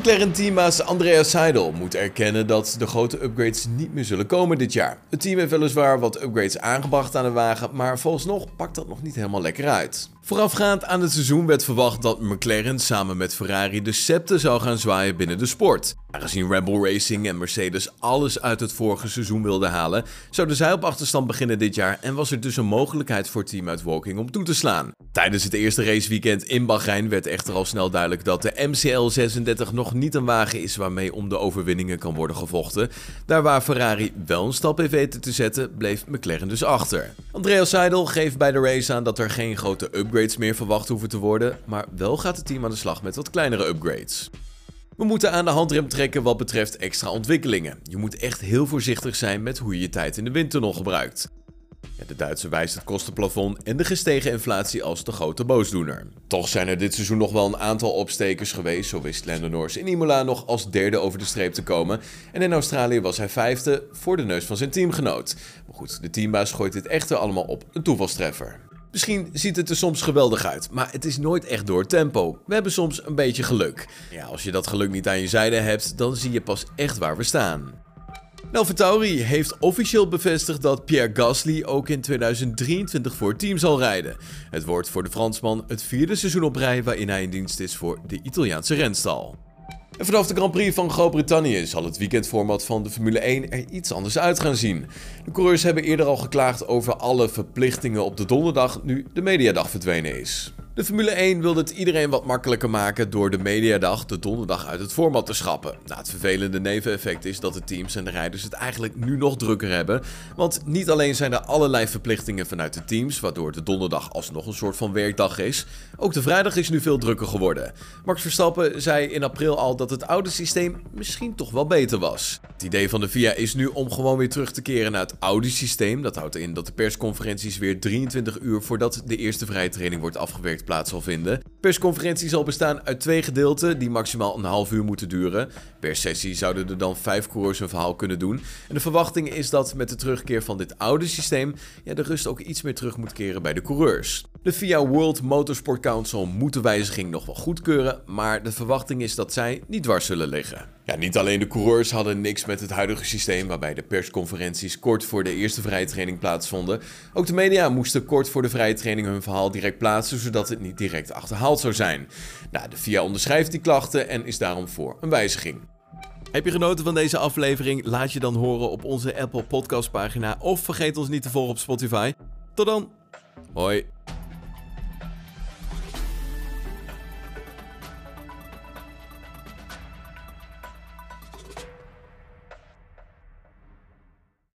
McLaren-teambaas Andreas Seidel moet erkennen dat de grote upgrades niet meer zullen komen dit jaar. Het team heeft weliswaar wat upgrades aangebracht aan de wagen, maar vooralsnog pakt dat nog niet helemaal lekker uit. Voorafgaand aan het seizoen werd verwacht dat McLaren samen met Ferrari de scepter zou gaan zwaaien binnen de sport. Aangezien Red Bull Racing en Mercedes alles uit het vorige seizoen wilden halen, zouden zij op achterstand beginnen dit jaar en was er dus een mogelijkheid voor Team uit Woking om toe te slaan. Tijdens het eerste raceweekend in Bahrein werd echter al snel duidelijk dat de MCL36 nog niet een wagen is waarmee om de overwinningen kan worden gevochten. Daar waar Ferrari wel een stap heeft weten te zetten, bleef McLaren dus achter. Andreas Seidel geeft bij de race aan dat er geen grote upgrades meer verwacht hoeven te worden, maar wel gaat het team aan de slag met wat kleinere upgrades. We moeten aan de handrem trekken wat betreft extra ontwikkelingen. Je moet echt heel voorzichtig zijn met hoe je je tijd in de windtunnel gebruikt. De Duitser wijst het kostenplafond en de gestegen inflatie als de grote boosdoener. Toch zijn er dit seizoen nog wel een aantal opstekers geweest. Zo wist Lando Norris in Imola nog als derde over de streep te komen. En in Australië was hij vijfde voor de neus van zijn teamgenoot. Maar goed, de teambaas gooit dit echter allemaal op een toevalstreffer. Misschien ziet het er soms geweldig uit, maar het is nooit echt door tempo. We hebben soms een beetje geluk. Ja, als je dat geluk niet aan je zijde hebt, dan zie je pas echt waar we staan. AlphaTauri heeft officieel bevestigd dat Pierre Gasly ook in 2023 voor het team zal rijden. Het wordt voor de Fransman het vierde seizoen op rij waarin hij in dienst is voor de Italiaanse renstal. En vanaf de Grand Prix van Groot-Brittannië zal het weekendformat van de Formule 1 er iets anders uit gaan zien. De coureurs hebben eerder al geklaagd over alle verplichtingen op de donderdag nu de mediadag verdwenen is. De Formule 1 wilde het iedereen wat makkelijker maken door de mediadag de donderdag uit het format te schrappen. Nou, het vervelende neveneffect is dat de teams en de rijders het eigenlijk nu nog drukker hebben. Want niet alleen zijn er allerlei verplichtingen vanuit de teams, waardoor de donderdag alsnog een soort van werkdag is. Ook de vrijdag is nu veel drukker geworden. Max Verstappen zei in april al dat het oude systeem misschien toch wel beter was. Het idee van de FIA is nu om gewoon weer terug te keren naar het oude systeem. Dat houdt in dat de persconferenties weer 23 uur voordat de eerste vrije training wordt afgewerkt plaats zal vinden. De persconferentie zal bestaan uit 2 gedeelten die maximaal een half uur moeten duren. Per sessie zouden er dan 5 coureurs een verhaal kunnen doen. En de verwachting is dat met de terugkeer van dit oude systeem de rust ook iets meer terug moet keren bij de coureurs. De FIA World Motorsport Council moet de wijziging nog wel goedkeuren, maar de verwachting is dat zij niet dwars zullen liggen. Ja, niet alleen de coureurs hadden niks met het huidige systeem waarbij de persconferenties kort voor de eerste vrije training plaatsvonden. Ook de media moesten kort voor de vrije training hun verhaal direct plaatsen, zodat het niet direct achterhaald zou zijn. Nou, de FIA onderschrijft die klachten en is daarom voor een wijziging. Heb je genoten van deze aflevering? Laat je dan horen op onze Apple Podcast pagina of vergeet ons niet te volgen op Spotify. Tot dan. Hoi.